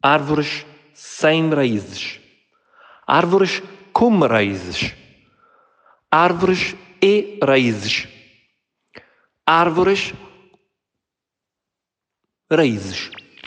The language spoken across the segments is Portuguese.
árvores sem raízes, árvores com raízes, árvores e raízes, árvores, raízes.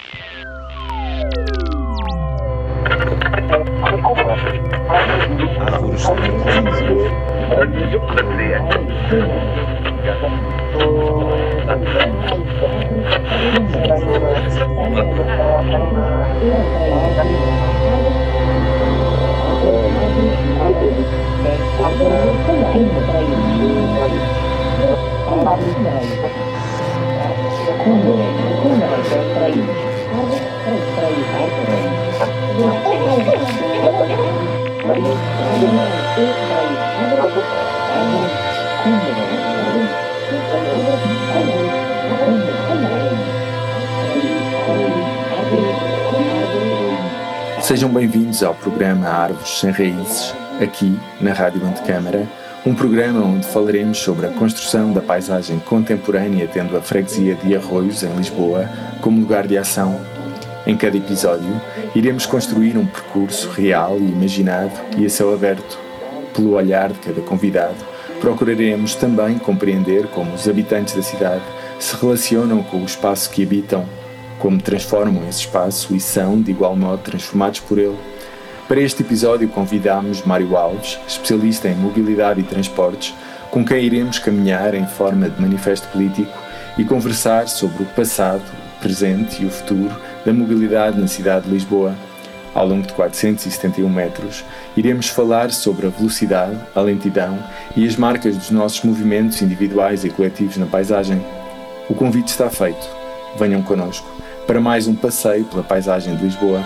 Sejam bem-vindos ao programa Árvores Sem Raízes, aqui na Rádio Antecâmara, um programa onde falaremos sobre a construção da paisagem contemporânea, tendo a freguesia de Arroios, em Lisboa, como lugar de ação. Em cada episódio, iremos construir um percurso real e imaginado e a céu aberto. Pelo olhar de cada convidado, procuraremos também compreender como os habitantes da cidade se relacionam com o espaço que habitam, como transformam esse espaço e são, de igual modo, transformados por ele. Para este episódio convidamos Mário Alves, especialista em mobilidade e transportes, com quem iremos caminhar em forma de manifesto político e conversar sobre o passado, o presente e o futuro da mobilidade na cidade de Lisboa. Ao longo de 471 metros, iremos falar sobre a velocidade, a lentidão e as marcas dos nossos movimentos individuais e coletivos na paisagem. O convite está feito. Venham connosco para mais um passeio pela paisagem de Lisboa.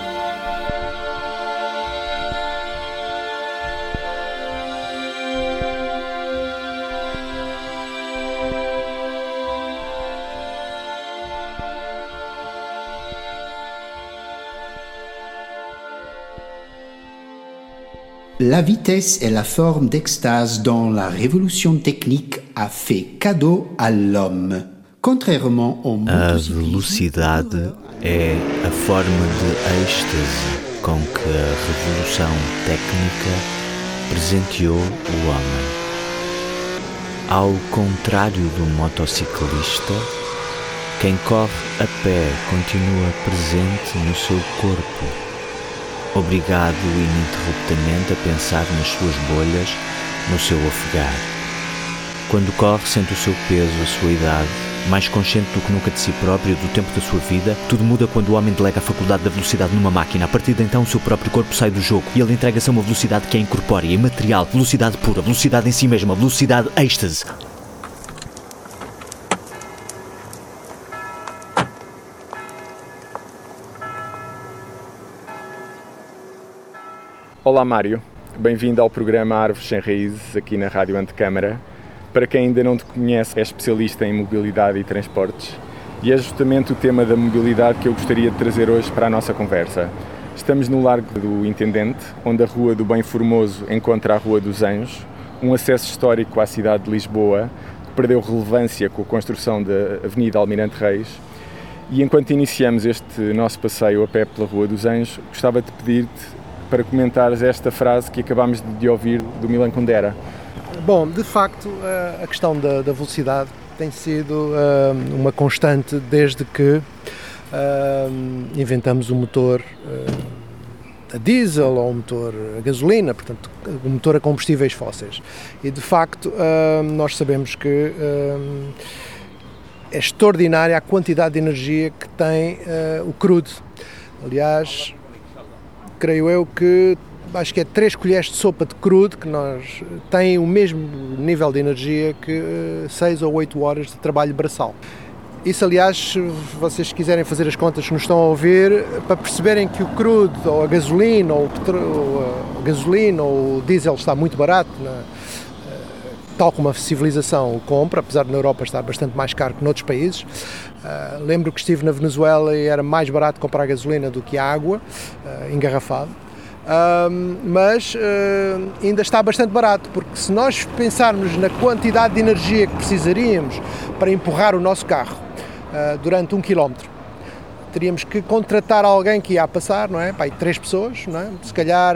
La vitesse et la forme d'extase dont la révolution technique a fait cadeau à l'homme. Contrairement au A velocidade é a forma de êxtase com que a revolução técnica presenteou o homem. Ao contrário do motociclista, quem corre a pé continua presente no seu corpo, obrigado ininterruptamente a pensar nas suas bolhas, no seu ofegar. Quando corre, sente o seu peso, a sua idade. Mais consciente do que nunca de si próprio e do tempo da sua vida, tudo muda quando o homem delega a faculdade da velocidade numa máquina. A partir de então, o seu próprio corpo sai do jogo e ele entrega-se a uma velocidade que é incorpórea, imaterial, velocidade pura, velocidade em si mesma, velocidade êxtase. Olá Mário, bem-vindo ao programa Árvores Sem Raízes, aqui na Rádio Antecâmara. Para quem ainda não te conhece, é especialista em mobilidade e transportes e é justamente o tema da mobilidade que eu gostaria de trazer hoje para a nossa conversa. Estamos no Largo do Intendente, onde a Rua do Bem Formoso encontra a Rua dos Anjos, um acesso histórico à cidade de Lisboa, que perdeu relevância com a construção da Avenida Almirante Reis. E enquanto iniciamos este nosso passeio a pé pela Rua dos Anjos, gostava de pedir-te para comentares esta frase que acabámos de ouvir do Milan Kundera. Bom, de facto, a questão da velocidade tem sido uma constante desde que inventamos o motor a diesel ou o motor a gasolina, portanto, o motor a combustíveis fósseis. E, de facto, nós sabemos que é extraordinária a quantidade de energia que tem o crudo. Aliás, creio eu que acho que é 3 colheres de sopa de crudo que nós tem o mesmo nível de energia que 6 ou 8 horas de trabalho braçal. Isso, aliás, se vocês quiserem fazer as contas que nos estão a ouvir, para perceberem que o crudo, ou a gasolina, ou o diesel está muito barato, tal como a civilização o compra, apesar de na Europa estar bastante mais caro que noutros países. Lembro que estive na Venezuela e era mais barato comprar gasolina do que a água engarrafada. Mas ainda está bastante barato, porque se nós pensarmos na quantidade de energia que precisaríamos para empurrar o nosso carro durante 1 km, teríamos que contratar alguém que ia a passar, não é? 3 pessoas, não é? Se calhar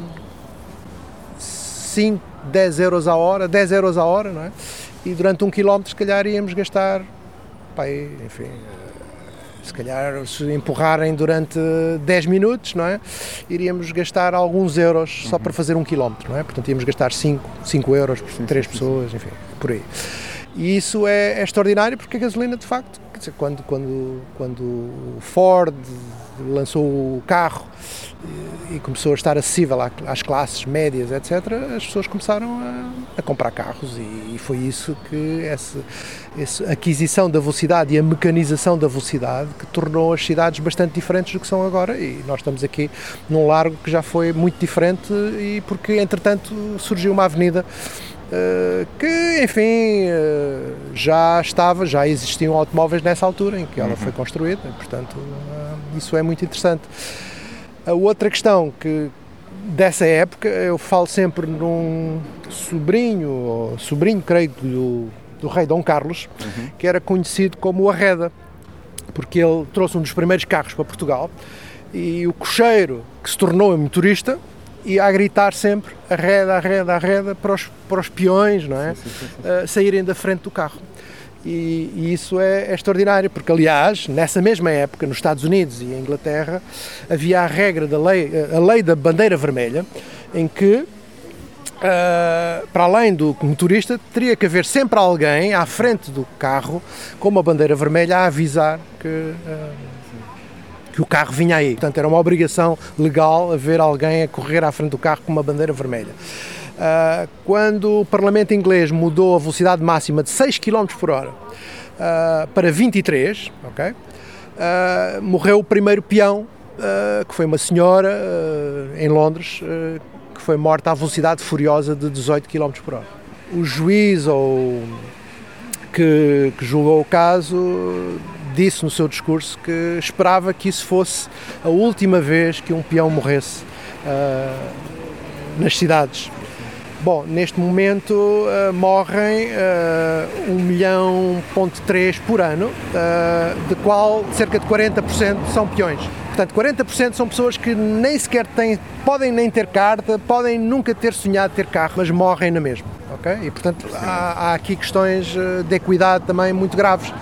5, 10 euros a hora, não é? E durante 1 quilómetro, se calhar, íamos gastar, enfim, se calhar, se empurrarem durante 10 minutos, não é? Iríamos gastar alguns euros só para fazer 1 quilómetro, não é? Portanto, íamos gastar 5 euros por 3 pessoas, enfim, por aí. E isso é extraordinário porque a gasolina, de facto, quer dizer, quando o Ford lançou o carro e começou a estar acessível às classes médias, etc., as pessoas começaram a comprar carros e foi isso que essa aquisição da velocidade e a mecanização da velocidade que tornou as cidades bastante diferentes do que são agora, e nós estamos aqui num largo que já foi muito diferente e porque, entretanto, surgiu uma avenida que, enfim, já existiam automóveis nessa altura em que ela foi construída, portanto, isso é muito interessante. A outra questão que dessa época, eu falo sempre num sobrinho, creio, do rei Dom Carlos, que era conhecido como o Arreda, porque ele trouxe um dos primeiros carros para Portugal e o cocheiro, que se tornou motorista, ia a gritar sempre arreda para os peões, não é? Saírem da frente do carro. E isso é extraordinário, porque, aliás, nessa mesma época, nos Estados Unidos e em Inglaterra, havia a regra a lei da bandeira vermelha, em que, para além do motorista, teria que haver sempre alguém à frente do carro com uma bandeira vermelha a avisar que o carro vinha aí. Portanto, era uma obrigação legal haver alguém a correr à frente do carro com uma bandeira vermelha. Quando o Parlamento inglês mudou a velocidade máxima de 6 km por hora para 23, okay, morreu o primeiro peão, que foi uma senhora em Londres, que foi morta à velocidade furiosa de 18 km por hora. O juiz que julgou o caso disse no seu discurso que esperava que isso fosse a última vez que um peão morresse nas cidades. Bom, neste momento morrem 1,3 milhão por ano, de qual cerca de 40% são peões. Portanto, 40% são pessoas que nem sequer podem nem ter carta, podem nunca ter sonhado ter carro, mas morrem na mesma. Okay? E, portanto, há aqui questões de equidade também muito graves.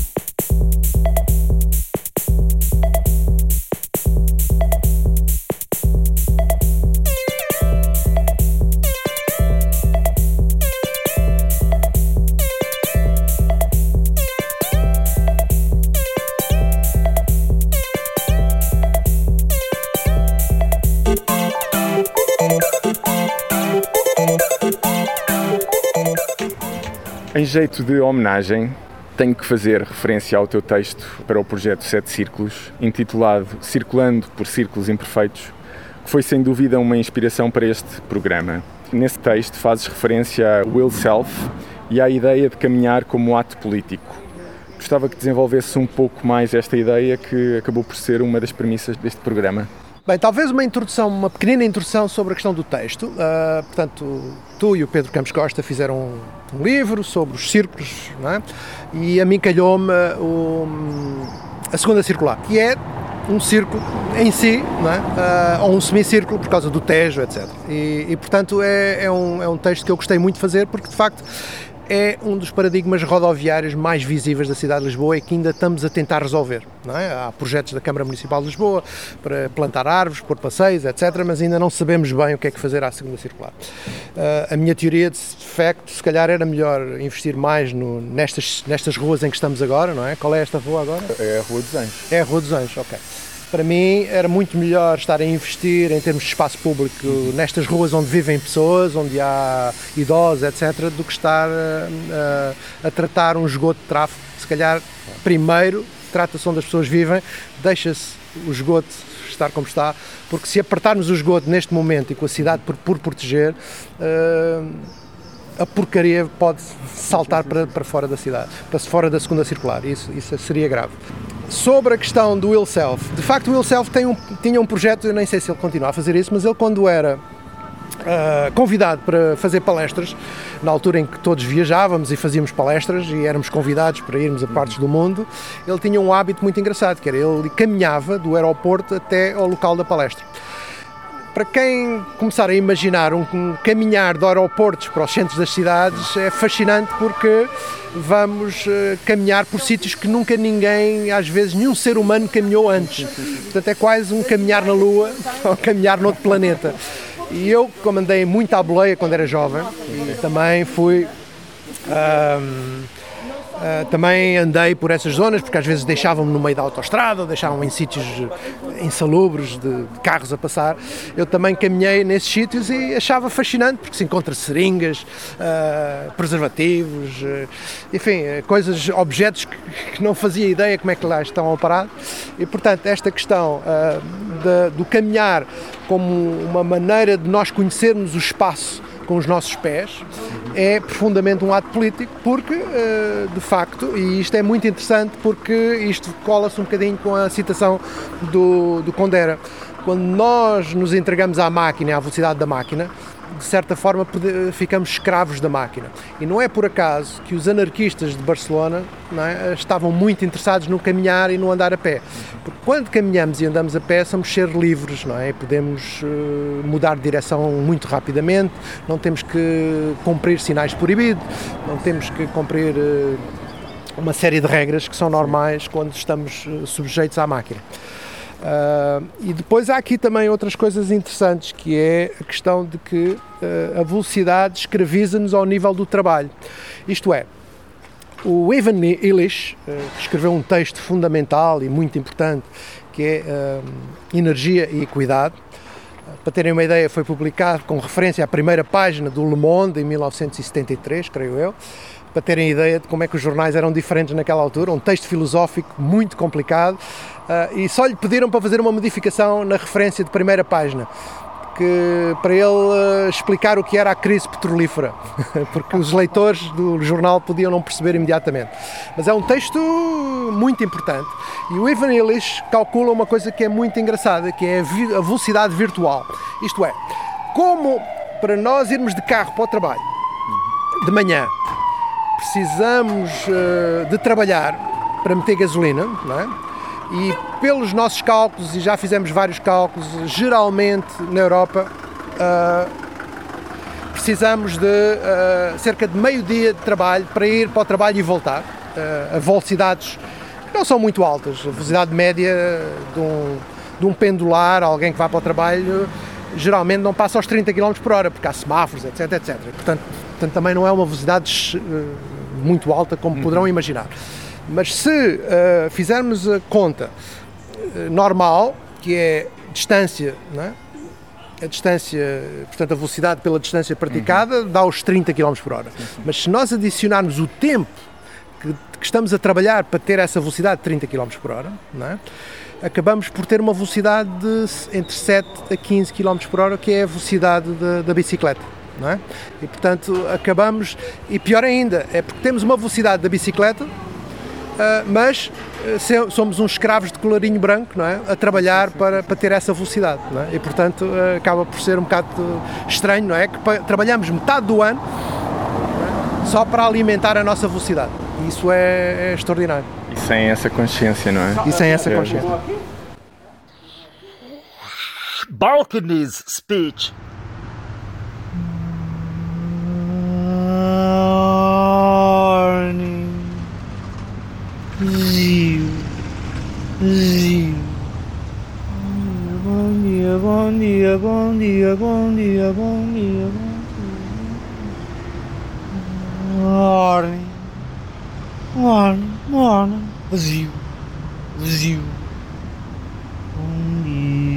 Em jeito de homenagem, tenho que fazer referência ao teu texto para o projeto 7 Círculos, intitulado Circulando por Círculos Imperfeitos, que foi sem dúvida uma inspiração para este programa. Nesse texto fazes referência a Will Self e à ideia de caminhar como ato político. Gostava que desenvolvesse um pouco mais esta ideia que acabou por ser uma das premissas deste programa. Bem, talvez uma pequenina introdução sobre a questão do texto. Portanto, tu e o Pedro Campos Costa fizeram um livro sobre os círculos, não é? E a mim calhou-me a segunda circular, que é um círculo em si, não é? Ou um semicírculo por causa do Tejo, etc. E portanto, é um texto que eu gostei muito de fazer porque, de facto, é um dos paradigmas rodoviários mais visíveis da cidade de Lisboa e que ainda estamos a tentar resolver. Não é? Há projetos da Câmara Municipal de Lisboa para plantar árvores, pôr passeios, etc., mas ainda não sabemos bem o que é que fazer à segunda circular. A minha teoria, de facto, se calhar era melhor investir mais nestas ruas em que estamos agora, não é? Qual é esta rua agora? É a Rua dos Anjos. É a Rua dos Anjos, ok. Para mim era muito melhor estar a investir em termos de espaço público nestas ruas onde vivem pessoas, onde há idosos, etc., do que estar a tratar um esgoto de tráfego. Se calhar, primeiro, trata-se onde as pessoas vivem, deixa-se o esgoto estar como está, porque se apertarmos o esgoto neste momento e com a cidade por proteger, a porcaria pode saltar para fora da cidade, para fora da segunda circular. Isso seria grave. Sobre a questão do Will Self, de facto o Will Self tinha um projeto, eu nem sei se ele continua a fazer isso, mas ele quando era convidado para fazer palestras, na altura em que todos viajávamos e fazíamos palestras e éramos convidados para irmos a partes do mundo. Ele tinha um hábito muito engraçado, que era ele caminhava do aeroporto até ao local da palestra. Para quem começar a imaginar um caminhar de aeroportos para os centros das cidades, é fascinante porque vamos caminhar por sítios que nunca ninguém, às vezes nenhum ser humano caminhou antes. Portanto, é quase um caminhar na Lua ou caminhar noutro planeta. E eu, como andei muito à boleia quando era jovem, e também fui... também andei por essas zonas, porque às vezes deixavam-me no meio da autoestrada, ou deixavam-me em sítios insalubres de carros a passar. Eu também caminhei nesses sítios e achava fascinante, porque se encontra seringas, preservativos, enfim, coisas, objetos que não fazia ideia como é que lá estão parados. E, portanto, esta questão do caminhar como uma maneira de nós conhecermos o espaço com os nossos pés, é profundamente um ato político, porque, de facto, e isto é muito interessante porque isto cola-se um bocadinho com a citação do Kundera. Quando nós nos entregamos à máquina, à velocidade da máquina, de certa forma ficamos escravos da máquina. E não é por acaso que os anarquistas de Barcelona, não é, estavam muito interessados no caminhar e no andar a pé. Porque quando caminhamos e andamos a pé, somos seres livres, não é? Podemos mudar de direção muito rapidamente, não temos que cumprir sinais proibidos, não temos que cumprir uma série de regras que são normais quando estamos sujeitos à máquina. E depois há aqui também outras coisas interessantes, que é a questão de que a velocidade escraviza-nos ao nível do trabalho. Isto é, o Ivan Illich, que escreveu um texto fundamental e muito importante, que é Energia e Equidade. Para terem uma ideia, foi publicado com referência à primeira página do Le Monde em 1973, creio eu. Para terem ideia de como é que os jornais eram diferentes naquela altura, um texto filosófico muito complicado, e só lhe pediram para fazer uma modificação na referência de primeira página, para ele explicar o que era a crise petrolífera, porque os leitores do jornal podiam não perceber imediatamente. Mas é um texto muito importante, e o Ivan Illich calcula uma coisa que é muito engraçada, que é a velocidade virtual. Isto é, como para nós irmos de carro para o trabalho, de manhã, precisamos de trabalhar para meter gasolina, não é? E pelos nossos cálculos, e já fizemos vários cálculos, geralmente na Europa precisamos de cerca de meio dia de trabalho para ir para o trabalho e voltar, a velocidades que não são muito altas. A velocidade média de um pendular, alguém que vai para o trabalho, geralmente não passa aos 30 km por hora, porque há semáforos, etc, etc. Portanto, também não é uma velocidade muito alta, como poderão imaginar. Mas se fizermos a conta normal, que é distância, não é? A distância, portanto a velocidade pela distância praticada, dá os 30 km por hora. Mas se nós adicionarmos o tempo que estamos a trabalhar para ter essa velocidade de 30 km por hora, não é? Acabamos por ter uma velocidade de entre 7 a 15 km por hora, que é a velocidade da bicicleta. Não é? E portanto acabamos, e pior ainda, é porque temos uma velocidade da bicicleta, mas somos uns escravos de colarinho branco, não é? A trabalhar para ter essa velocidade, não é? E portanto acaba por ser um bocado estranho, não é? Que trabalhamos metade do ano, não é? Só para alimentar a nossa velocidade. E isso é extraordinário. E sem essa consciência, não é? E sem essa consciência. Balcony's speech. Bom dia, bom dia, bom dia, bom dia, bom dia, bom dia. Morning, morning, morning. Vazio, vazio. Bom dia.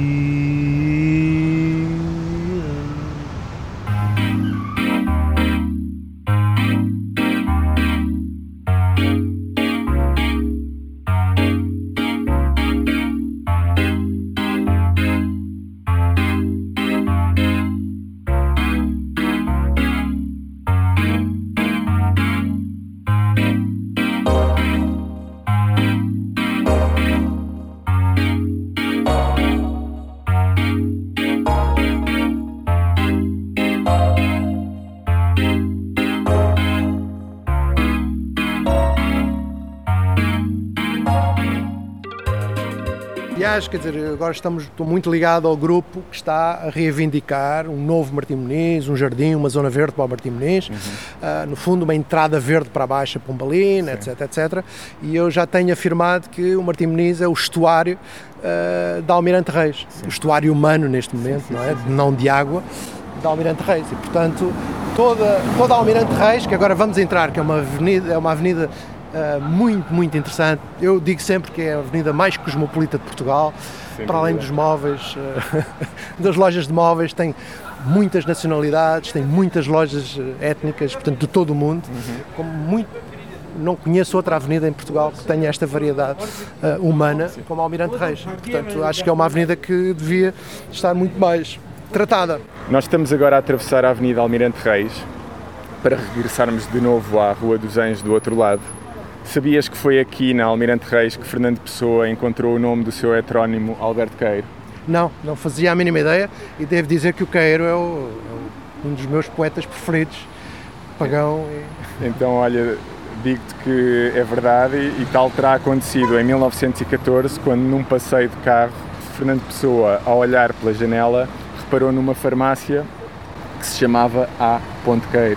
aliás, quer dizer, agora estou muito ligado ao grupo que está a reivindicar um novo Martim Moniz, um jardim, uma zona verde para o Martim Moniz, no fundo uma entrada verde para a Baixa Pombalina, etc. E eu já tenho afirmado que o Martim Moniz é o estuário da Almirante Reis, o estuário humano neste momento, não de água, da Almirante Reis. E, portanto, toda a Almirante Reis, que agora vamos entrar, que é uma avenida muito interessante. Eu digo sempre que é a avenida mais cosmopolita de Portugal, para além dos móveis, das lojas de móveis, tem muitas nacionalidades, tem muitas lojas étnicas, portanto, de todo o mundo. Não conheço outra avenida em Portugal que tenha esta variedade humana como a Almirante Reis. Portanto, acho que é uma avenida que devia estar muito mais tratada. Nós estamos agora a atravessar a Avenida Almirante Reis para regressarmos de novo à Rua dos Anjos do outro lado. Sabias que foi aqui na Almirante Reis que Fernando Pessoa encontrou o nome do seu heterónimo Alberto Queiro? Não fazia a mínima ideia, e devo dizer que o Queiro é um dos meus poetas preferidos, pagão. Então, olha, digo-te que é verdade e tal terá acontecido em 1914, quando num passeio de carro, Fernando Pessoa, ao olhar pela janela, reparou numa farmácia que se chamava A. Queiro.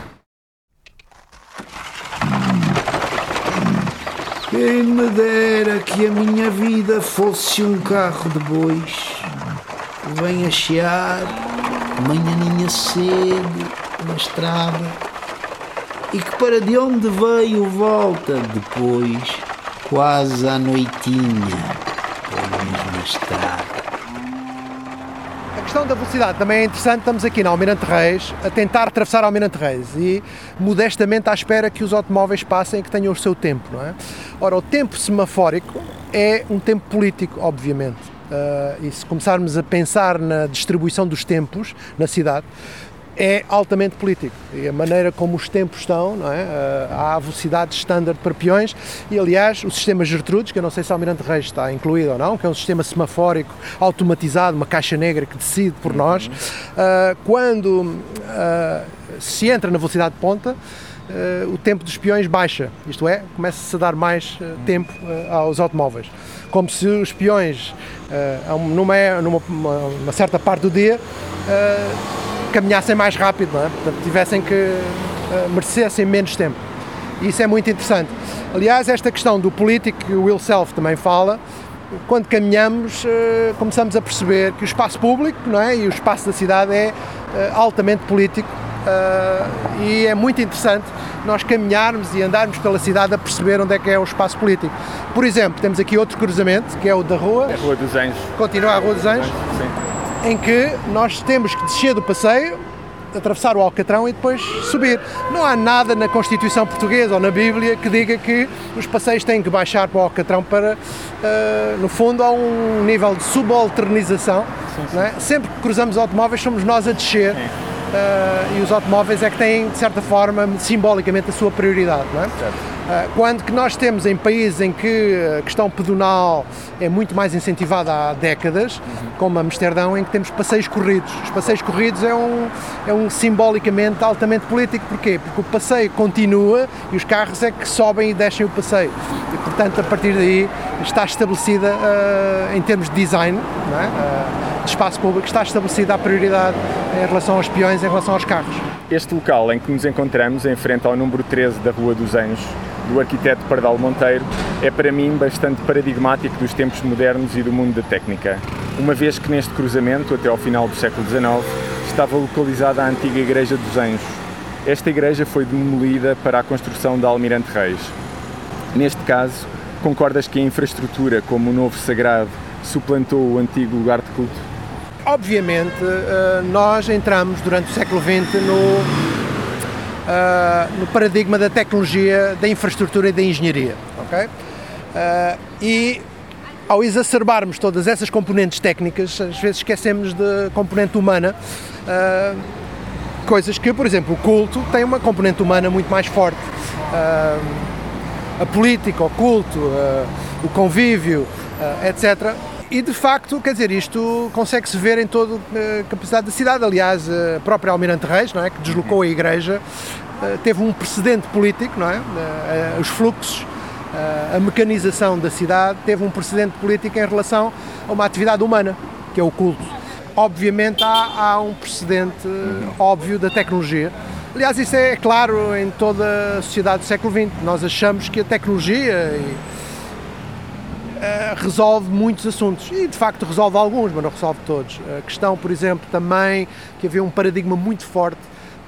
Quem me dera que a minha vida fosse um carro de bois, vem a chiar, manhãinha cedo, na estrada, e que para de onde veio volta depois, quase à noitinha, pela mesma estrada. A questão da velocidade também é interessante. Estamos aqui na Almirante Reis a tentar atravessar a Almirante Reis e modestamente à espera que os automóveis passem e que tenham o seu tempo, não é? Ora, o tempo semafórico é um tempo político, obviamente, e se começarmos a pensar na distribuição dos tempos na cidade, é altamente político, e a maneira como os tempos estão, não é? Há velocidades standard para peões e, aliás, o sistema Gertrudes, que eu não sei se a Almirante Reis está incluído ou não, que é um sistema semafórico automatizado, uma caixa negra que decide por nós, quando se entra na velocidade de ponta, o tempo dos peões baixa, isto é, começa-se a dar mais tempo aos automóveis, como se os peões, numa certa parte do dia, caminhassem mais rápido, não é? Portanto, tivessem que merecessem menos tempo. E isso é muito interessante. Aliás, esta questão do político, que o Will Self também fala, quando caminhamos, começamos a perceber que o espaço público, não é? E o espaço da cidade é altamente político, e é muito interessante nós caminharmos e andarmos pela cidade a perceber onde é que é o espaço político. Por exemplo, temos aqui outro cruzamento, que é o da Rua. É a Rua dos Anjos. Continua a Rua dos Anjos. Sim. Em que nós temos que descer do passeio, atravessar o Alcatrão e depois subir. Não há nada na Constituição Portuguesa ou na Bíblia que diga que os passeios têm que baixar para o Alcatrão para, no fundo, há um nível de subalternização. Não é? Sempre que cruzamos automóveis somos nós a descer, e os automóveis é que têm, de certa forma, simbolicamente a sua prioridade. Não é? Quando que nós temos em países em que a questão pedonal é muito mais incentivada há décadas, como Amsterdão, em que temos passeios corridos. Os passeios corridos é um simbolicamente altamente político. Porquê? Porque o passeio continua e os carros é que sobem e descem o passeio. E, portanto, a partir daí está estabelecida, em termos de design, não é? De espaço público, está estabelecida a prioridade em relação aos peões, em relação aos carros. Este local em que nos encontramos, em frente ao número 13 da Rua dos Anjos, do arquiteto Pardal Monteiro, é para mim bastante paradigmático dos tempos modernos e do mundo da técnica, uma vez que neste cruzamento, até ao final do século XIX, estava localizada a antiga Igreja dos Anjos. Esta igreja foi demolida para a construção da Almirante Reis. Neste caso, concordas que a infraestrutura, como o novo sagrado, suplantou o antigo lugar de culto? Obviamente, nós entramos durante o século XX no paradigma da tecnologia, da infraestrutura e da engenharia, ok? E ao exacerbarmos todas essas componentes técnicas, às vezes esquecemos da componente humana, coisas que, por exemplo, o culto tem uma componente humana muito mais forte. A política, o culto, o convívio, etc. E, de facto, quer dizer, isto consegue-se ver em toda a capacidade da cidade. Aliás, a própria Almirante Reis, não é, que deslocou a igreja, teve um precedente político, não é? Os fluxos, a mecanização da cidade teve um precedente político em relação a uma atividade humana, que é o culto. Obviamente há um precedente óbvio da tecnologia. Aliás, isso é claro em toda a sociedade do século XX. Nós achamos que a tecnologia resolve muitos assuntos e, de facto, resolve alguns, mas não resolve todos. A questão, por exemplo, também que havia um paradigma muito forte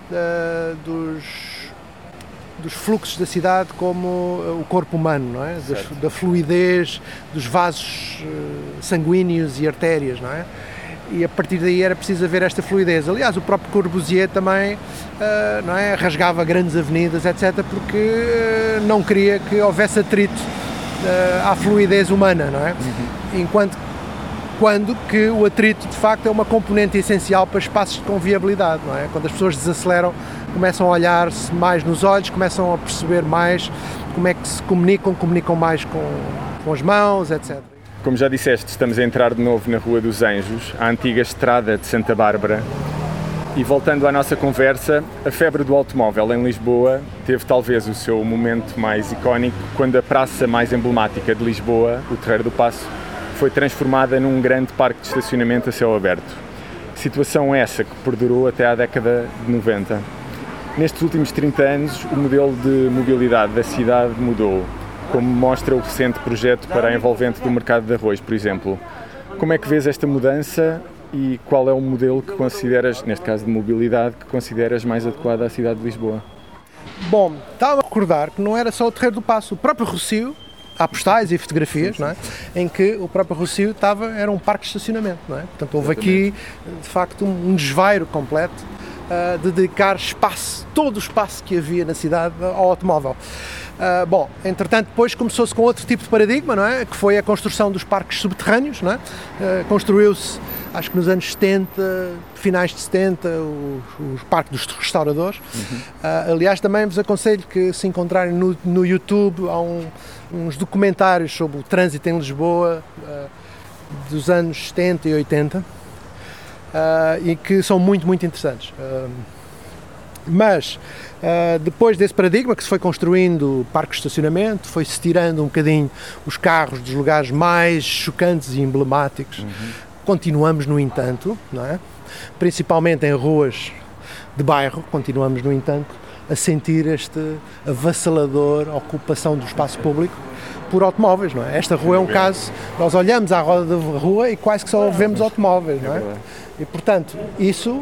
dos fluxos da cidade como o corpo humano, não é? Da fluidez dos vasos sanguíneos e artérias, não é? E a partir daí era preciso haver esta fluidez. Aliás, o próprio Corbusier também não é? Rasgava grandes avenidas, etc., porque não queria que houvesse atrito à fluidez humana, não é? Quando que o atrito, de facto, é uma componente essencial para espaços de conviabilidade, não é? Quando as pessoas desaceleram, começam a olhar-se mais nos olhos, começam a perceber mais como é que se comunicam mais com as mãos, etc. Como já disseste, estamos a entrar de novo na Rua dos Anjos, a antiga estrada de Santa Bárbara. E voltando à nossa conversa, a febre do automóvel em Lisboa teve talvez o seu momento mais icónico quando a praça mais emblemática de Lisboa, o Terreiro do Paço, foi transformada num grande parque de estacionamento a céu aberto. Situação essa que perdurou até à década de 90. Nestes últimos 30 anos, o modelo de mobilidade da cidade mudou, como mostra o recente projeto para a envolvente do mercado de arroz, por exemplo. Como é que vês esta mudança e qual é o modelo que consideras, neste caso de mobilidade, que consideras mais adequado à cidade de Lisboa? Bom, estava a recordar que não era só o Terreiro do Paço, o próprio Rossio, há postais e fotografias, não é? Em que o próprio Rossio era um parque de estacionamento, não é? Portanto, houve aqui, de facto, um desvairo completo de dedicar espaço, todo o espaço que havia na cidade ao automóvel. Bom, entretanto, depois começou-se com outro tipo de paradigma, não é? Que foi a construção dos parques subterrâneos, não é? Construiu-se, acho que nos anos 70, finais de 70, o Parque dos Restauradores. Aliás, também vos aconselho que se encontrarem no YouTube, há uns documentários sobre o trânsito em Lisboa dos anos 70 e 80 e que são muito, muito interessantes. Mas depois desse paradigma que se foi construindo parques de estacionamento, foi-se tirando um bocadinho os carros dos lugares mais chocantes e emblemáticos. Continuamos, no entanto, não é? Principalmente em ruas de bairro, continuamos, no entanto, a sentir este avassalador ocupação do espaço público por automóveis, não é? Esta rua é um caso, nós olhamos à roda da rua e quase que só vemos automóveis, não é? E, portanto, isso,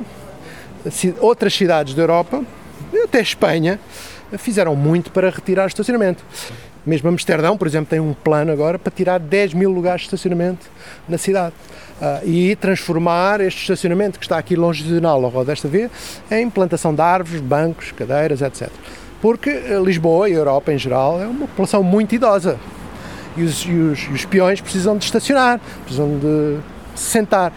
outras cidades da Europa, até Espanha, fizeram muito para retirar o estacionamento. Mesmo Amsterdão, por exemplo, tem um plano agora para tirar 10 mil lugares de estacionamento na cidade e transformar este estacionamento que está aqui longitudinal ao rodo desta via em plantação de árvores, bancos, cadeiras, etc. Porque Lisboa e a Europa em geral é uma população muito idosa e os peões precisam de estacionar, precisam de se sentar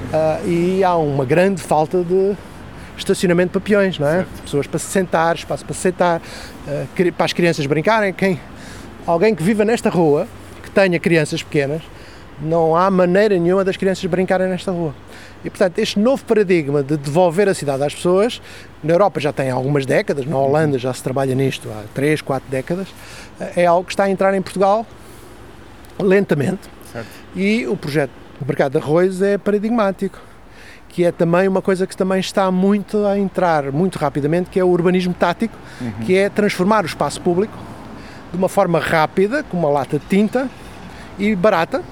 e há uma grande falta de estacionamento para peões, não é? Certo. Pessoas para se sentar, espaço para se sentar, para as crianças brincarem. Alguém que viva nesta rua, que tenha crianças pequenas, não há maneira nenhuma das crianças brincarem nesta rua. E, portanto, este novo paradigma de devolver a cidade às pessoas, na Europa já tem algumas décadas, na Holanda já se trabalha nisto há 3, 4 décadas, é algo que está a entrar em Portugal lentamente. Certo. E o projeto do mercado de arroz é paradigmático, que é também uma coisa que também está muito a entrar muito rapidamente, que é o urbanismo tático, que é transformar o espaço público de uma forma rápida, com uma lata de tinta e barata,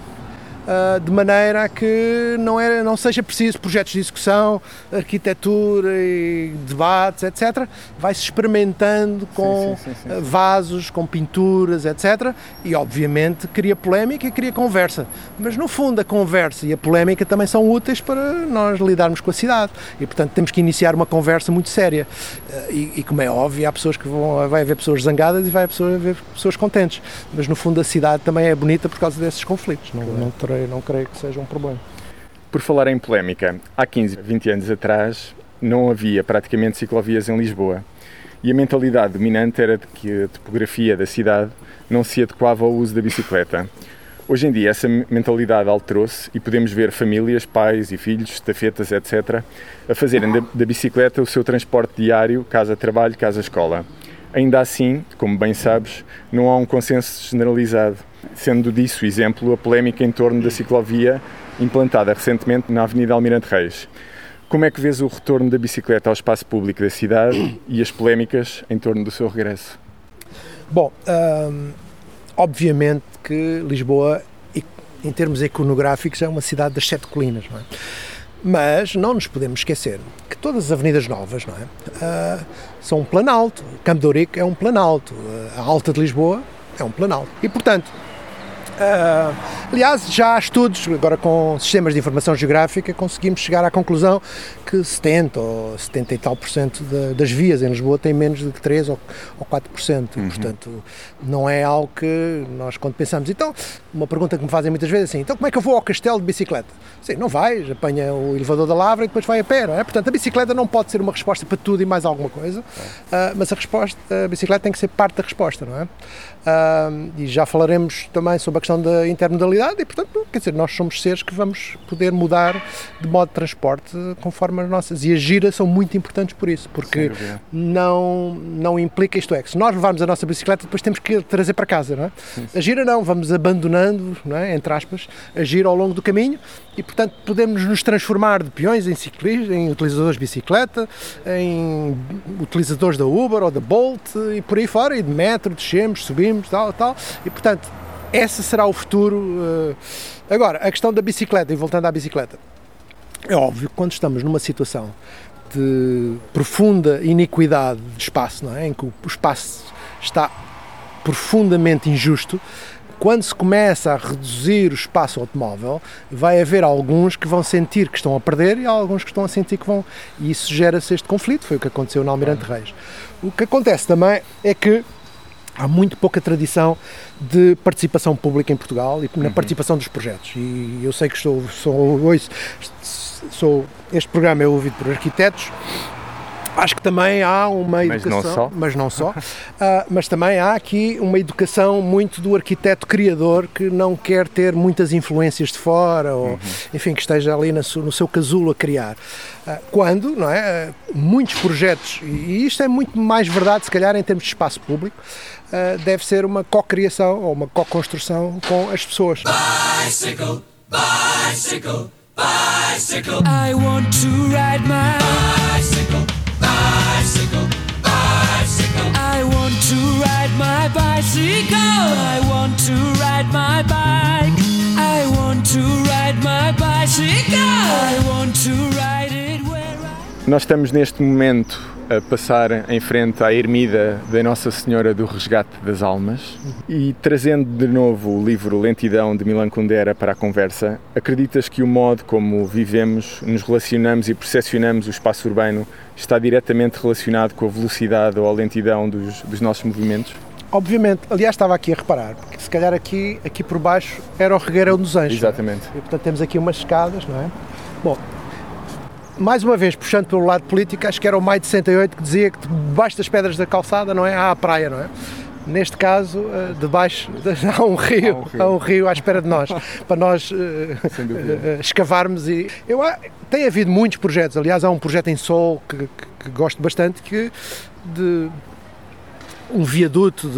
de maneira a que não seja preciso projetos de execução, arquitetura e debates, etc. Vai-se experimentando com vasos, com pinturas, etc. E, obviamente, cria polémica e cria conversa. Mas, no fundo, a conversa e a polémica também são úteis para nós lidarmos com a cidade. E, portanto, temos que iniciar uma conversa muito séria. E como é óbvio, há pessoas que vai haver pessoas zangadas e vai haver pessoas contentes. Mas, no fundo, a cidade também é bonita por causa desses conflitos. Não creio que seja um problema. Por falar em polémica, há 15, 20 anos atrás não havia praticamente ciclovias em Lisboa e a mentalidade dominante era de que a topografia da cidade não se adequava ao uso da bicicleta. Hoje em dia essa mentalidade alterou-se e podemos ver famílias, pais e filhos, estafetas, etc., a fazerem da bicicleta o seu transporte diário, casa-trabalho, casa-escola. Ainda assim, como bem sabes, não há um consenso generalizado Sendo disso exemplo a polémica em torno da ciclovia implantada recentemente na Avenida Almirante Reis. Como é que vês o retorno da bicicleta ao espaço público da cidade e as polémicas em torno do seu regresso? Bom, obviamente que Lisboa, em termos iconográficos, é uma cidade das 7 colinas, não é? Mas não nos podemos esquecer que todas as avenidas novas, não é, são um planalto. Campo de Ourique é um planalto, a Alta de Lisboa é um planalto. E, portanto, aliás, já há estudos, agora com sistemas de informação geográfica, conseguimos chegar à conclusão que 70% ou 70 e tal % das vias em Lisboa têm menos de 3% ou 4%. Portanto, não é algo que nós, quando pensamos... Então, uma pergunta que me fazem muitas vezes assim, então como é que eu vou ao castelo de bicicleta? Sim, não vais, apanha o elevador da Lavra e depois vai a pé, não é? Portanto, a bicicleta não pode ser uma resposta para tudo e mais alguma coisa, mas a bicicleta tem que ser parte da resposta, não é? E já falaremos também sobre a questão da intermodalidade e, portanto, quer dizer, nós somos seres que vamos poder mudar de modo de transporte conforme as nossas. E as giras são muito importantes por isso, porque não implica, isto é, que se nós levarmos a nossa bicicleta, depois temos que trazer para casa, não é? A gira não, vamos abandonando, não é? Entre aspas, a gira ao longo do caminho e, portanto, podemos nos transformar de peões em ciclistas, em utilizadores de bicicleta, em utilizadores da Uber ou da Bolt e por aí fora, e de metro, descemos, subimos, tal, e, portanto, esse será o futuro. Agora, a questão da bicicleta, e voltando à bicicleta, é óbvio que quando estamos numa situação de profunda iniquidade de espaço, não é? Em que o espaço está profundamente injusto, quando se começa a reduzir o espaço automóvel, vai haver alguns que vão sentir que estão a perder e alguns que estão a sentir que vão... E isso gera-se este conflito, foi o que aconteceu na Almirante Reis. O que acontece também é que há muito pouca tradição de participação pública em Portugal e na participação dos projetos. E eu sei que este programa é ouvido por arquitetos. Acho que também há uma educação, mas não só, mas também há aqui uma educação muito do arquiteto criador que não quer ter muitas influências de fora, ou, enfim, que esteja ali no seu casulo a criar. Quando, não é, muitos projetos, e isto é muito mais verdade se calhar em termos de espaço público, deve ser uma co-criação ou uma co-construção com as pessoas. Bicycle, bicycle, bicycle. I want to ride my bicycle. Bicycle, bicycle. I want to ride my bicycle. I want to ride my bike. I want to ride my bicycle. I want to ride it where I... Nós estamos neste momento a passar em frente à ermida da Nossa Senhora do Resgate das Almas e trazendo de novo o livro Lentidão de Milan Kundera para a conversa, acreditas que o modo como vivemos, nos relacionamos e percepcionamos o espaço urbano está diretamente relacionado com a velocidade ou a lentidão dos nossos movimentos? Obviamente. Aliás, estava aqui a reparar, porque se calhar aqui por baixo era o Regueirão dos Anjos. Exatamente. E, portanto, temos aqui umas escadas, não é? Bom, mais uma vez, puxando pelo lado político, acho que era o Maio de 68 que dizia que debaixo das pedras da calçada, não é? Há a praia, não é? Neste caso, debaixo há um rio à espera de nós, para nós escavarmos. Tem havido muitos projetos, aliás, há um projeto em Sol que gosto bastante, de um viaduto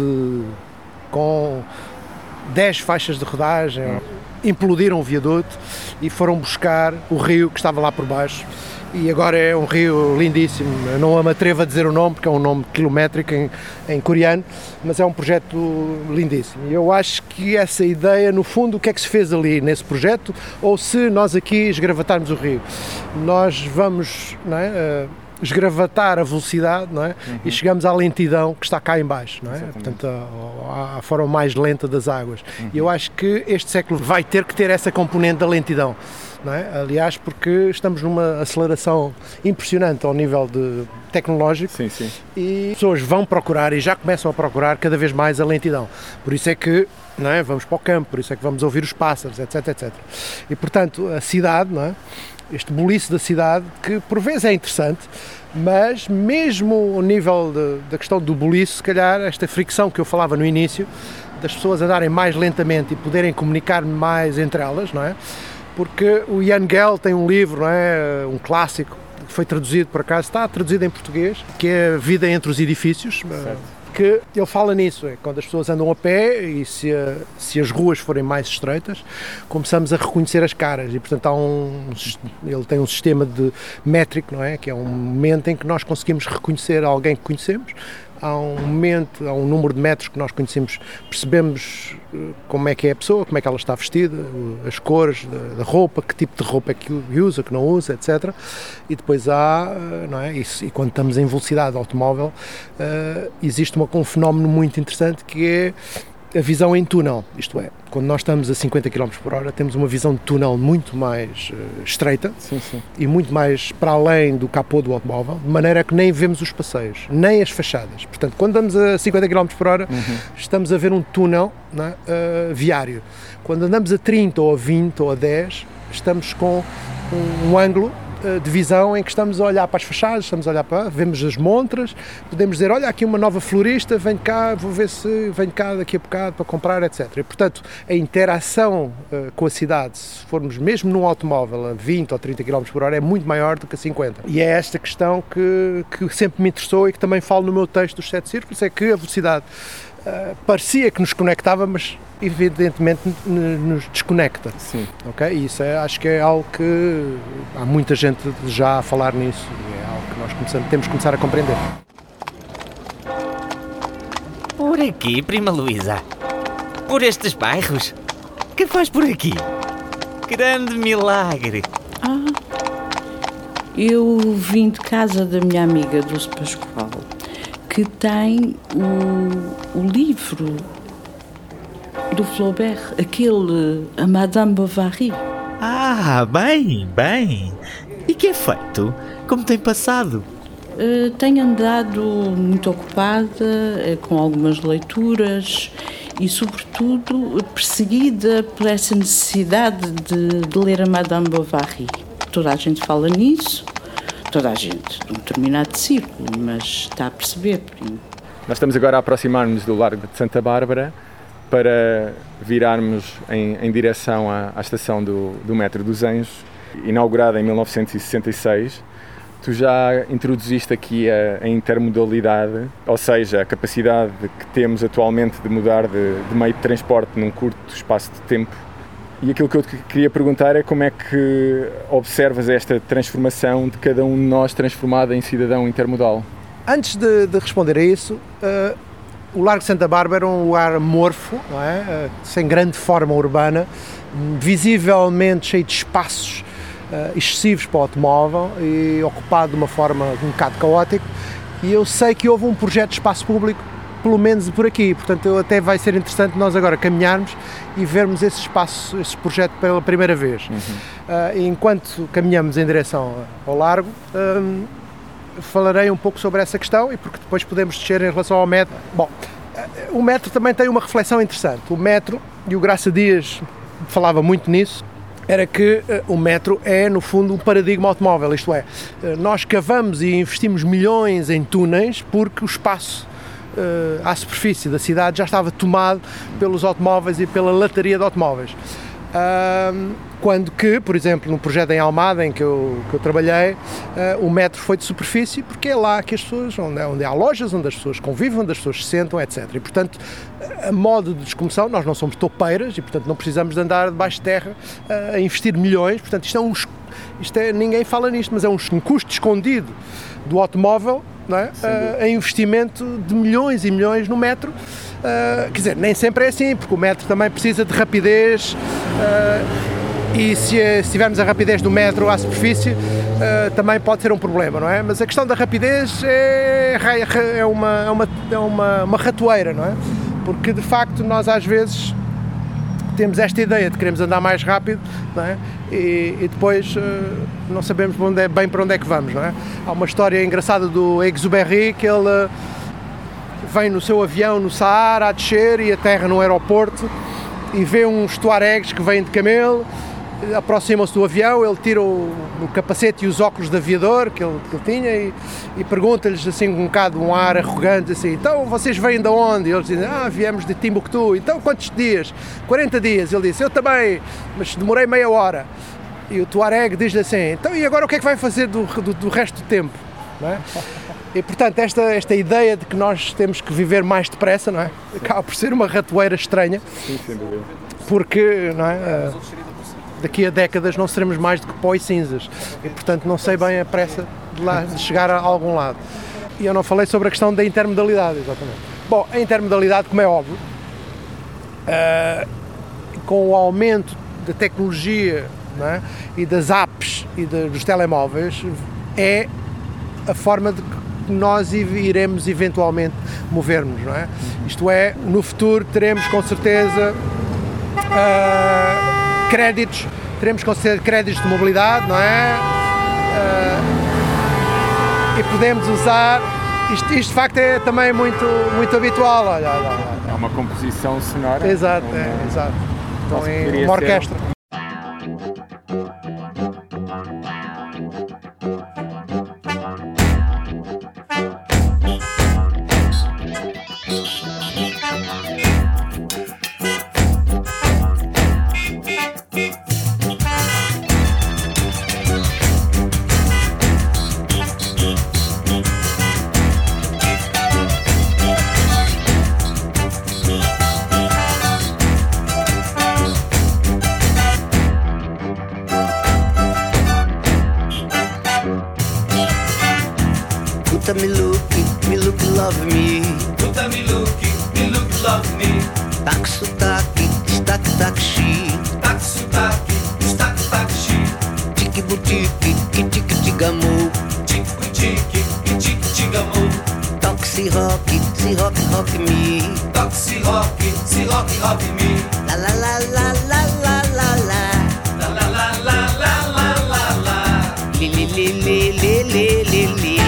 com 10 faixas de rodagem, implodiram o viaduto e foram buscar o rio que estava lá por baixo. E agora é um rio lindíssimo, eu não me atrevo a dizer o nome porque é um nome quilométrico em coreano, mas é um projeto lindíssimo. E eu acho que essa ideia, no fundo, o que é que se fez ali nesse projeto, ou se nós aqui esgravatarmos o rio, nós vamos, não é, esgravatar a velocidade, não é? E chegamos à lentidão que está cá em baixo, não é? Portanto, à forma mais lenta das águas. E eu acho que este século vai ter que ter essa componente da lentidão. Não é? Aliás, porque estamos numa aceleração impressionante ao nível tecnológico. Sim, sim. E as pessoas vão procurar e já começam a procurar cada vez mais a lentidão. Por isso é que, não é, vamos para o campo, por isso é que vamos ouvir os pássaros, etc, etc. E, portanto, a cidade, não é, este boliço da cidade, que por vezes é interessante, mas mesmo ao nível da questão do boliço, se calhar esta fricção que eu falava no início, das pessoas andarem mais lentamente e poderem comunicar mais entre elas, não é? Porque o Jan Gehl tem um livro, não é, um clássico, que foi traduzido por acaso, está traduzido em português, que é A Vida entre os Edifícios, que ele fala nisso, é quando as pessoas andam a pé e se as ruas forem mais estreitas, começamos a reconhecer as caras e, portanto, ele tem um sistema de métrico, não é? Que é um momento em que nós conseguimos reconhecer alguém que conhecemos. Há um número de metros que nós conhecemos, percebemos como é que é a pessoa, como é que ela está vestida, as cores da roupa, que tipo de roupa é que usa, que não usa, etc. E depois há, não é? E quando estamos em velocidade automóvel, existe um fenómeno muito interessante que é a visão em túnel, isto é, quando nós estamos a 50 km por hora temos uma visão de túnel muito mais estreita e muito mais para além do capô do automóvel, de maneira que nem vemos os passeios, nem as fachadas. Portanto, quando andamos a 50 km por hora estamos a ver um túnel, não é? Viário. Quando andamos a 30 ou a 20 ou a 10 estamos com um ângulo de visão em que estamos a olhar para as fachadas, vemos as montras, podemos dizer, olha, aqui uma nova florista, vem cá, vou ver se vem cá daqui a bocado para comprar, etc. E, portanto, a interação com a cidade, se formos mesmo num automóvel a 20 ou 30 km por hora, é muito maior do que a 50. E é esta questão que sempre me interessou e que também falo no meu texto dos 7 círculos, é que a velocidade parecia que nos conectava, mas evidentemente nos desconecta. Sim. Okay? E isso acho que é algo que há muita gente já a falar nisso e é algo que nós temos que começar a compreender. Por aqui, prima Luísa? Por estes bairros? Que faz por aqui? Grande milagre! Eu vim de casa da minha amiga Dulce Pascoal, que tem o livro do Flaubert, aquele A Madame Bovary. Bem. E que é feito? Como tem passado? Tenho andado muito ocupada, com algumas leituras e, sobretudo, perseguida por essa necessidade de ler a Madame Bovary. Toda a gente fala nisso. Toda a gente, de um determinado círculo, mas está a perceber. Nós estamos agora a aproximar-nos do Largo de Santa Bárbara para virarmos em direção à estação do Metro dos Anjos, inaugurada em 1966. Tu já introduziste aqui a intermodalidade, ou seja, a capacidade que temos atualmente de mudar de meio de transporte num curto espaço de tempo. E aquilo que eu te queria perguntar é como é que observas esta transformação de cada um de nós transformado em cidadão intermodal? Antes de responder a isso, o Largo de Santa Bárbara é um lugar amorfo, não é? Sem grande forma urbana, visivelmente cheio de espaços excessivos para o automóvel e ocupado de uma forma um bocado caótica. E eu sei que houve um projeto de espaço público pelo menos por aqui, portanto até vai ser interessante nós agora caminharmos e vermos esse espaço, esse projeto pela primeira vez. Enquanto caminhamos em direção ao largo, falarei um pouco sobre essa questão e porque depois podemos descer em relação ao metro. Bom, o metro também tem uma reflexão interessante. O metro, e o Graça Dias falava muito nisso, era que o metro é, no fundo, um paradigma automóvel, isto é, nós cavamos e investimos milhões em túneis porque o espaço à superfície da cidade já estava tomado pelos automóveis e pela lataria de automóveis. Quando que, por exemplo, no projeto em Almada, em que eu trabalhei, o metro foi de superfície porque é lá que as pessoas, onde há lojas, onde as pessoas convivem, onde as pessoas se sentam, etc. E, portanto, a modo de descomoção, nós não somos topeiras e, portanto, não precisamos de andar debaixo de terra a investir milhões. Portanto, ninguém fala nisto, mas é um custo escondido do automóvel, não é? Em investimento de milhões e milhões no metro. Quer dizer, nem sempre é assim, porque o metro também precisa de rapidez e se tivermos a rapidez do metro à superfície também pode ser um problema, não é? Mas a questão da rapidez é uma ratoeira, não é? Porque de facto nós às vezes temos esta ideia de queremos andar mais rápido, não é? E depois não sabemos bem para onde é que vamos, não é? Há uma história engraçada do Exupéry, que ele vem no seu avião no Saara a descer e aterra no aeroporto e vê uns tuaregs que vêm de camelo, aproximam-se do avião, ele tira o capacete e os óculos de aviador que ele tinha e pergunta-lhes assim um bocado um ar arrogante, assim, então vocês vêm de onde? E eles dizem, viemos de Timbuktu. Então quantos dias? 40 dias. Ele disse, eu também, mas demorei meia hora. E o tuareg diz-lhe assim, então e agora o que é que vai fazer do resto do tempo? Não é? E, portanto, esta ideia de que nós temos que viver mais depressa, não é? Acaba por ser uma ratoeira estranha. Sim, sem dúvida. Porque, não é? Daqui a décadas não seremos mais do que pó e cinzas. E, portanto, não sei bem a pressa de chegar a algum lado. E eu não falei sobre a questão da intermodalidade, exatamente. Bom, a intermodalidade, como é óbvio, com o aumento da tecnologia, não é? E das apps e dos telemóveis, é a forma de que nós iremos eventualmente movermos, não é? Isto é, no futuro teremos com certeza créditos, teremos com certeza créditos de mobilidade, não é? E podemos usar, isto de facto é também muito habitual, olha. É uma composição sonora. Exato, exato. Então é uma orquestra. Tuta me look, love me. Tuta me look, love me. Tak sotaque, destaque, taxi. Tak sotaque, destaque, taxi. Tiki boutique, tiki tigamu. Tiki, tigamu. Toxi rock me. Toxi rock me. La la la la la la la la. La la la la la la la la. Li li li li li li li li.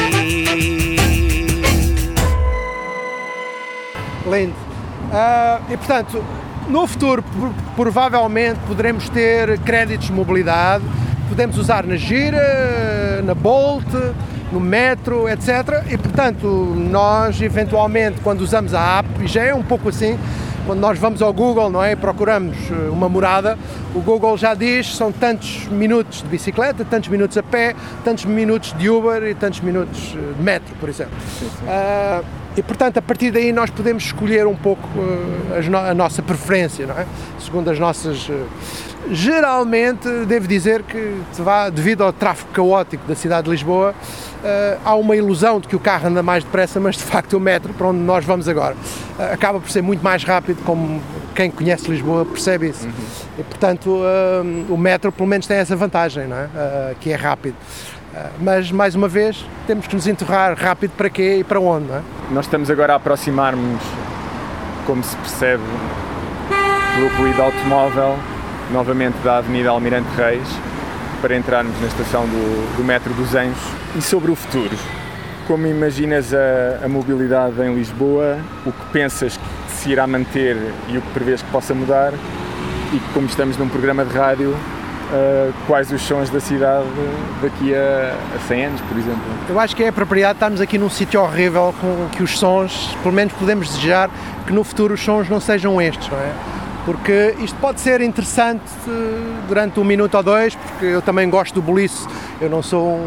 Lindo. E portanto, no futuro provavelmente poderemos ter créditos de mobilidade, podemos usar na Gira, na Bolt, no metro, etc. E portanto, nós eventualmente quando usamos a app, e já é um pouco assim, quando nós vamos ao Google, não é, e procuramos uma morada, o Google já diz são tantos minutos de bicicleta, tantos minutos a pé, tantos minutos de Uber e tantos minutos de metro, por exemplo. E portanto, a partir daí nós podemos escolher um pouco a nossa preferência, não é? Segundo as nossas... Geralmente, devo dizer que devido ao tráfego caótico da cidade de Lisboa, há uma ilusão de que o carro anda mais depressa, mas de facto o metro, para onde nós vamos agora, acaba por ser muito mais rápido, como quem conhece Lisboa percebe isso. E portanto, o metro pelo menos tem essa vantagem, não é? Que é rápido. Mas, mais uma vez, temos que nos interrogar rápido para quê e para onde, não é? Nós estamos agora a aproximar-nos, como se percebe, do ruído automóvel, novamente da Avenida Almirante Reis, para entrarmos na estação do metro dos Anjos. E sobre o futuro, como imaginas a mobilidade em Lisboa, o que pensas que se irá manter e o que prevês que possa mudar, e como estamos num programa de rádio, quais os sons da cidade daqui a 100 anos, por exemplo? Eu acho que é apropriado estarmos aqui num sítio horrível com que os sons, pelo menos podemos desejar que no futuro os sons não sejam estes, não é? Porque isto pode ser interessante durante 1 minuto ou 2, porque eu também gosto do boliço, eu não sou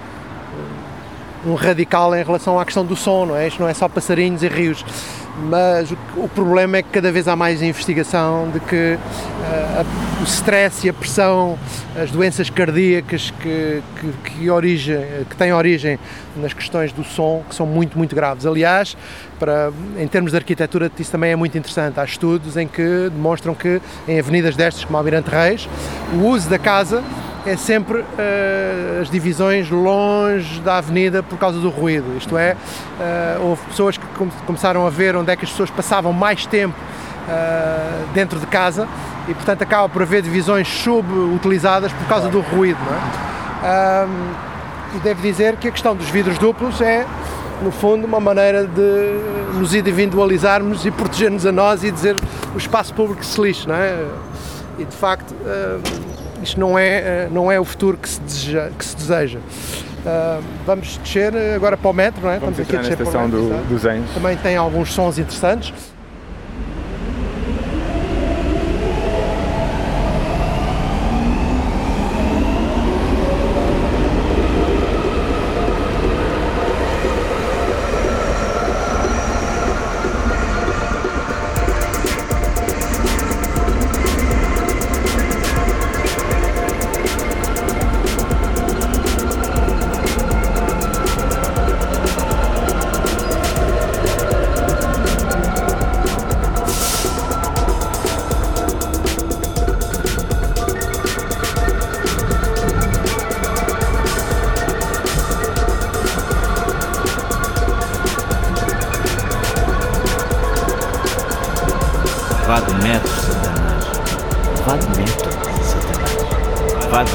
um radical em relação à questão do som, não é? Isto não é só passarinhos e rios. Mas o problema é que cada vez há mais investigação de que o stress e a pressão, as doenças cardíacas que têm origem nas questões do som, que são muito, muito graves. Aliás, em termos de arquitetura, isso também é muito interessante. Há estudos em que demonstram que em avenidas destas, como a Almirante Reis, o uso da casa é sempre as divisões longe da avenida por causa do ruído. Isto é, houve pessoas que começaram a ver onde é que as pessoas passavam mais tempo dentro de casa e, portanto, acaba por haver divisões subutilizadas por causa do ruído, não é? E devo dizer que a questão dos vidros duplos é, no fundo, uma maneira de nos individualizarmos e proteger-nos a nós e dizer o espaço público se lixe, não é? E, de facto, isto não é o futuro que se deseja. Vamos descer agora para o metro, não é? Vamos aqui a descer na estação dos Anjos. Também tem alguns sons interessantes.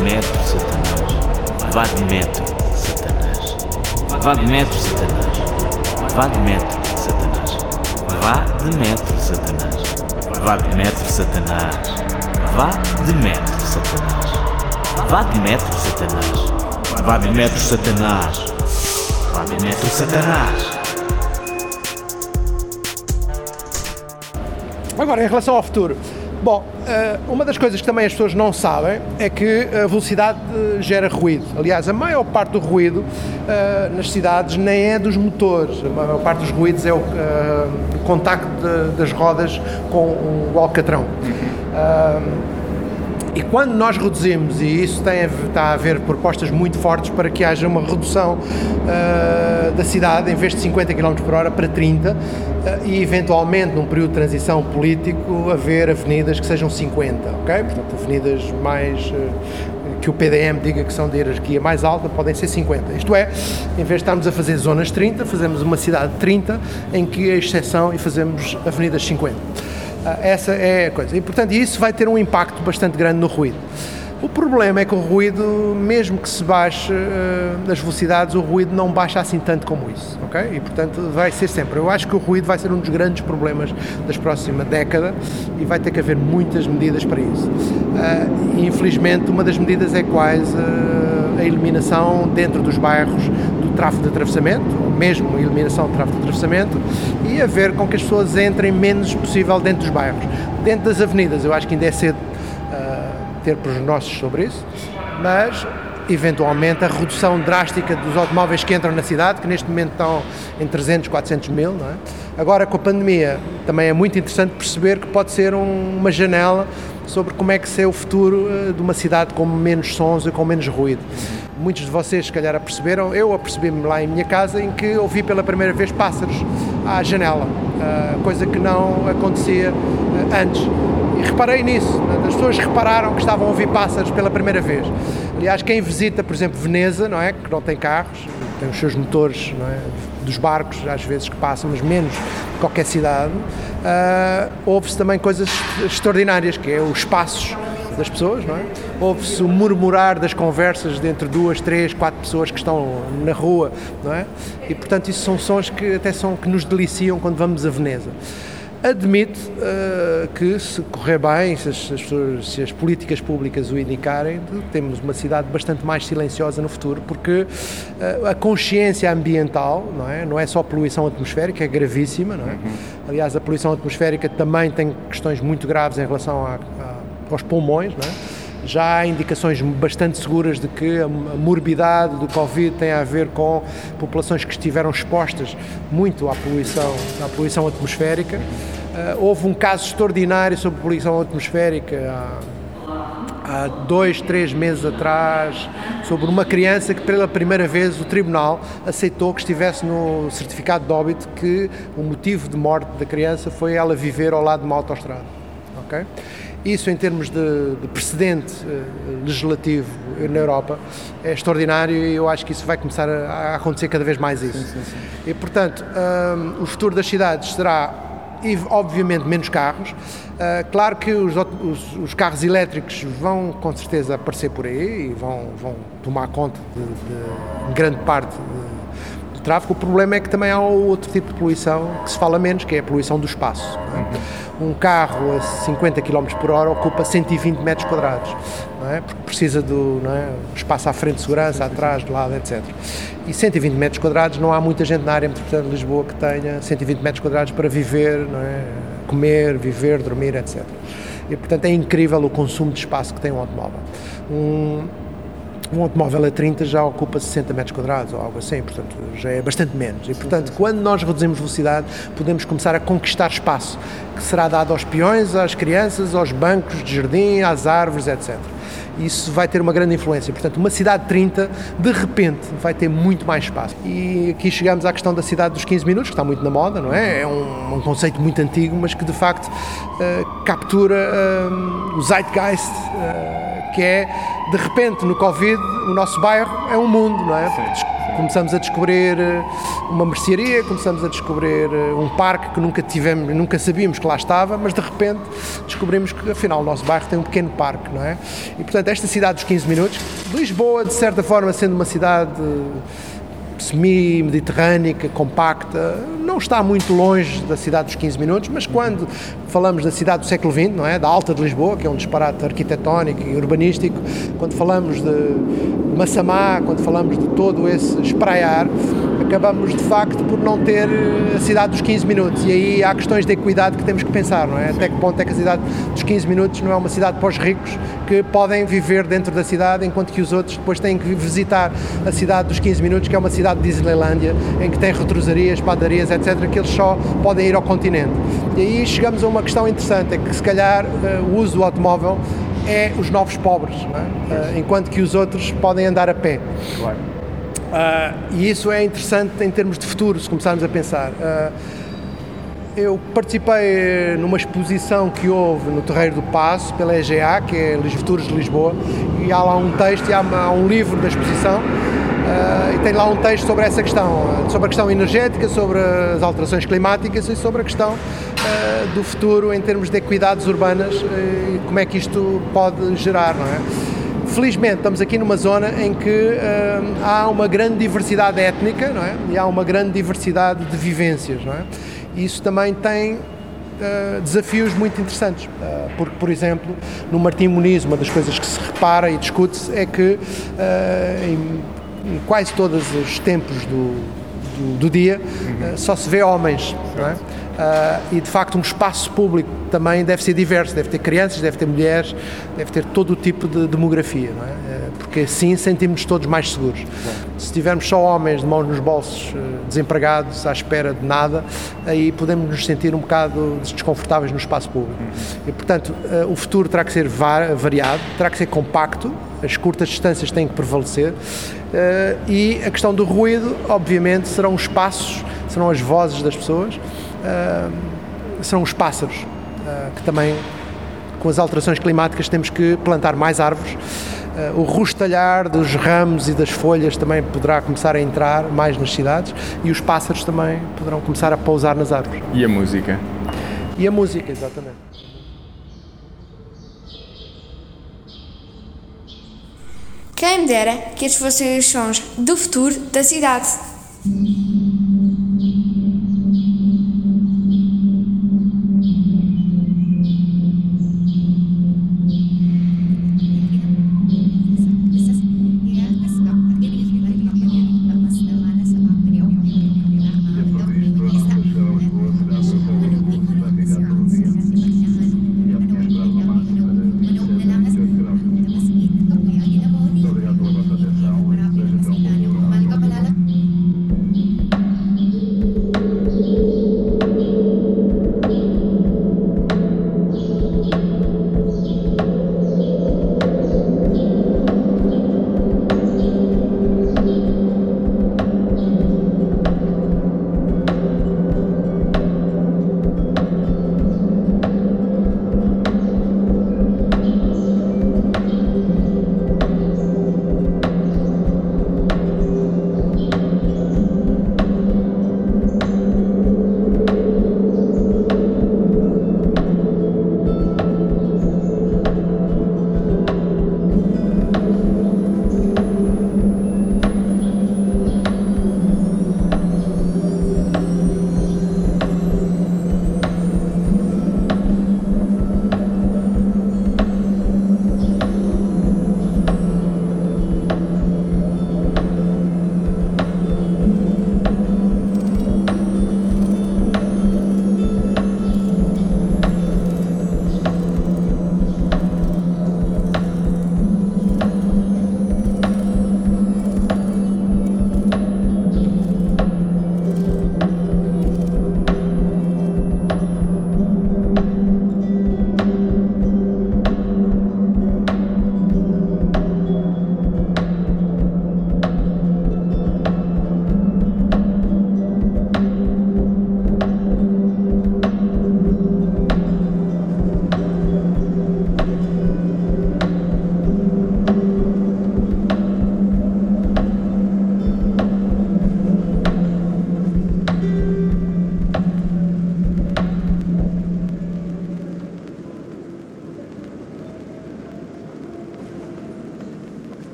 metro, Satanás. Vá de metro, Satanás. Vá de metro, Satanás. Vá de metro, Satanás. Vá de metro, Satanás. Vá de metro, Satanás. Vá de metro, Satanás. Vá de metro, Satanás. Vá de metro, Satanás. Vá de metro, Satanás. Agora, em relação ao futuro, bom, uma das coisas que também as pessoas não sabem é que a velocidade gera ruído. Aliás, a maior parte do ruído nas cidades nem é dos motores. A maior parte dos ruídos é o contacto das rodas com o alcatrão. E quando nós reduzimos, e isso está a haver propostas muito fortes para que haja uma redução da cidade, em vez de 50 km por hora para 30, e eventualmente num período de transição político haver avenidas que sejam 50, ok? Portanto, avenidas mais que o PDM diga que são de hierarquia mais alta, podem ser 50. Isto é, em vez de estarmos a fazer zonas 30, fazemos uma cidade de 30 em que a exceção e fazemos avenidas 50. Essa é a coisa. E, portanto, isso vai ter um impacto bastante grande no ruído. O problema é que o ruído, mesmo que se baixe as velocidades, o ruído não baixa assim tanto como isso, ok? E, portanto, vai ser sempre. Eu acho que o ruído vai ser um dos grandes problemas das próximas décadas e vai ter que haver muitas medidas para isso. E, infelizmente, uma das medidas é quase a eliminação dentro dos bairros do tráfego de atravessamento, ou mesmo a eliminação do tráfego de atravessamento, e a ver com que as pessoas entrem menos possível dentro dos bairros. Dentro das avenidas, eu acho que ainda é cedo ter prognósticos sobre isso, mas eventualmente a redução drástica dos automóveis que entram na cidade, que neste momento estão em 300, 400 mil, não é? Agora com a pandemia também é muito interessante perceber que pode ser uma janela sobre como é que é o futuro de uma cidade com menos sons e com menos ruído. Muitos de vocês se calhar aperceberam, eu apercebi-me lá em minha casa em que ouvi pela primeira vez pássaros à janela, coisa que não acontecia antes. E reparei nisso, as pessoas repararam que estavam a ouvir pássaros pela primeira vez. Aliás, quem visita, por exemplo, Veneza, não é? Que não tem carros, tem os seus motores, não é? Dos barcos, às vezes que passam, mas menos que qualquer cidade, ouve-se também coisas extraordinárias, que é os passos das pessoas, não é? Ouve-se o murmurar das conversas de entre 2, 3, 4 pessoas que estão na rua, não é? E, portanto, isso são sons que até que nos deliciam quando vamos a Veneza. Admito que, se correr bem, se as políticas públicas o indicarem, temos uma cidade bastante mais silenciosa no futuro, porque a consciência ambiental, não é só poluição atmosférica, é gravíssima, não é? Aliás, a poluição atmosférica também tem questões muito graves em relação aos pulmões, não é? Já há indicações bastante seguras de que a morbidade do Covid tem a ver com populações que estiveram expostas muito à poluição atmosférica. Houve um caso extraordinário sobre poluição atmosférica há 2, 3 meses atrás, sobre uma criança que pela primeira vez o tribunal aceitou que estivesse no certificado de óbito que o motivo de morte da criança foi ela viver ao lado de uma autoestrada. Okay? Isso, em termos de precedente legislativo na Europa, é extraordinário e eu acho que isso vai começar a acontecer cada vez mais isso. Sim. E, portanto, o futuro das cidades será, obviamente, menos carros. Claro que os carros elétricos vão, com certeza, aparecer por aí e vão tomar conta de grande parte do tráfego. O problema é que também há outro tipo de poluição que se fala menos, que é a poluição do espaço. Não é? Um carro a 50 km por hora ocupa 120 metros quadrados, não é? Porque precisa do espaço à frente de segurança, atrás, de lado, etc. E 120 metros quadrados, não há muita gente na área metropolitana de Lisboa que tenha 120 metros quadrados para viver, não é? Comer, viver, dormir, etc. E, portanto, é incrível o consumo de espaço que tem um automóvel. Um automóvel a 30 já ocupa 60 metros quadrados ou algo assim, portanto já é bastante menos. E, portanto, quando nós reduzimos velocidade, podemos começar a conquistar espaço, que será dado aos peões, às crianças, aos bancos de jardim, às árvores, etc. Isso vai ter uma grande influência. Portanto, uma cidade de 30, de repente, vai ter muito mais espaço. E aqui chegamos à questão da cidade dos 15 minutos, que está muito na moda, não é? É um conceito muito antigo, mas que, de facto, captura o zeitgeist, que é De repente, no Covid, o nosso bairro é um mundo, não é? Começamos a descobrir uma mercearia, começamos a descobrir um parque que nunca sabíamos que lá estava, mas de repente descobrimos que afinal o nosso bairro tem um pequeno parque, não é? E portanto esta cidade dos 15 minutos, Lisboa de certa forma sendo uma cidade semi-mediterrânica, compacta, não está muito longe da cidade dos 15 minutos, mas quando falamos da cidade do século XX, não é? Da Alta de Lisboa, que é um disparate arquitetónico e urbanístico, quando falamos de Massamá, quando falamos de todo esse espraiar, acabamos de facto por não ter a cidade dos 15 minutos, e aí há questões de equidade que temos que pensar, não é? Até que ponto é que a cidade dos 15 minutos não é uma cidade para os ricos que podem viver dentro da cidade, enquanto que os outros depois têm que visitar a cidade dos 15 minutos, que é uma cidade de Disneylândia, em que tem retrosarias, padarias, etc., que eles só podem ir ao continente. E aí chegamos a uma questão interessante, é que se calhar o uso do automóvel é os novos pobres, não é? Enquanto que os outros podem andar a pé. Claro. E isso é interessante em termos de futuro, se começarmos a pensar. Eu participei numa exposição que houve no Terreiro do Paço, pela EGA, que é Futuros de Lisboa, e há lá um texto, e há um livro da exposição, e tem lá um texto sobre essa questão, sobre a questão energética, sobre as alterações climáticas e sobre a questão do futuro em termos de equidades urbanas e como é que isto pode gerar, não é? Felizmente estamos aqui numa zona em que há uma grande diversidade étnica, não é? E há uma grande diversidade de vivências, não é? E isso também tem desafios muito interessantes, porque, por exemplo, no Martim Muniz, uma das coisas que se repara e discute-se é que em quase todos os tempos do dia só se vê homens, não é? E de facto um espaço público também deve ser diverso, deve ter crianças, deve ter mulheres, deve ter todo o tipo de demografia, não é? Porque assim sentimos-nos todos mais seguros. Se tivermos só homens de mãos nos bolsos, desempregados, à espera de nada, aí podemos nos sentir um bocado desconfortáveis no espaço público. E portanto o futuro terá que ser variado, terá que ser compacto, as curtas distâncias têm que prevalecer, e a questão do ruído, obviamente, serão os espaços, serão as vozes das pessoas, serão os pássaros, que também, com as alterações climáticas, temos que plantar mais árvores. O rostalhar dos ramos e das folhas também poderá começar a entrar mais nas cidades, e os pássaros também poderão começar a pousar nas árvores. E a música? E a música, exatamente. Quem me dera que estes fossem os sons do futuro da cidade.